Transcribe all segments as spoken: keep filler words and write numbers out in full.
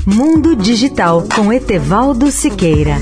Mundo Digital com Etevaldo Siqueira.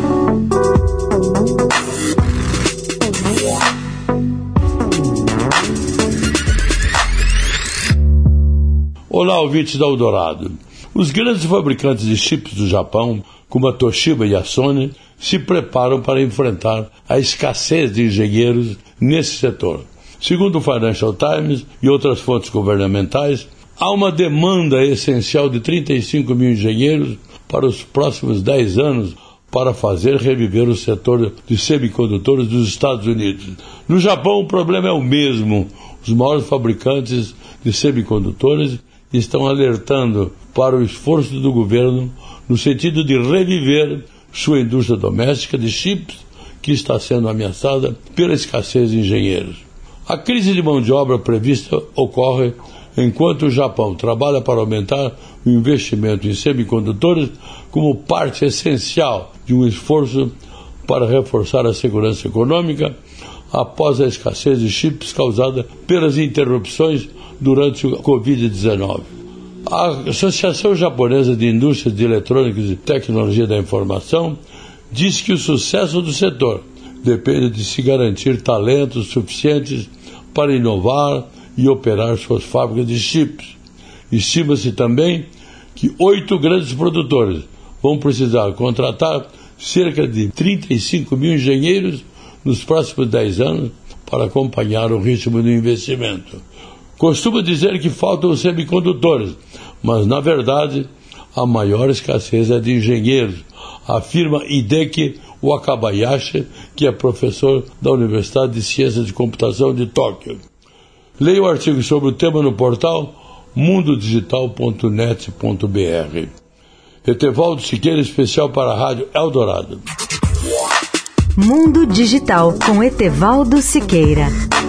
Olá, ouvintes da Eldorado. Os grandes fabricantes de chips do Japão, como a Toshiba e a Sony, se preparam para enfrentar a escassez de engenheiros nesse setor. Segundo o Financial Times e outras fontes governamentais, há uma demanda essencial de trinta e cinco mil engenheiros para os próximos dez anos para fazer reviver o setor de semicondutores dos Estados Unidos. No Japão, o problema é o mesmo. Os maiores fabricantes de semicondutores estão alertando para o esforço do governo no sentido de reviver sua indústria doméstica de chips, que está sendo ameaçada pela escassez de engenheiros. A crise de mão de obra prevista ocorre enquanto o Japão trabalha para aumentar o investimento em semicondutores como parte essencial de um esforço para reforçar a segurança econômica após a escassez de chips causada pelas interrupções durante o covid dezenove. A Associação Japonesa de Indústrias de Eletrônicos e Tecnologia da Informação diz que o sucesso do setor depende de se garantir talentos suficientes para inovar e operar suas fábricas de chips. Estima-se também que oito grandes produtores vão precisar contratar cerca de trinta e cinco mil engenheiros nos próximos dez anos para acompanhar o ritmo do investimento. Costuma dizer que faltam os semicondutores, mas, na verdade, a maior escassez é de engenheiros, afirma Hideki Wakabayashi, que é professor da Universidade de Ciências de Computação de Tóquio. Leia o artigo sobre o tema no portal mundo digital ponto net ponto b r. Etevaldo Siqueira, especial para a Rádio Eldorado. Mundo Digital com Etevaldo Siqueira.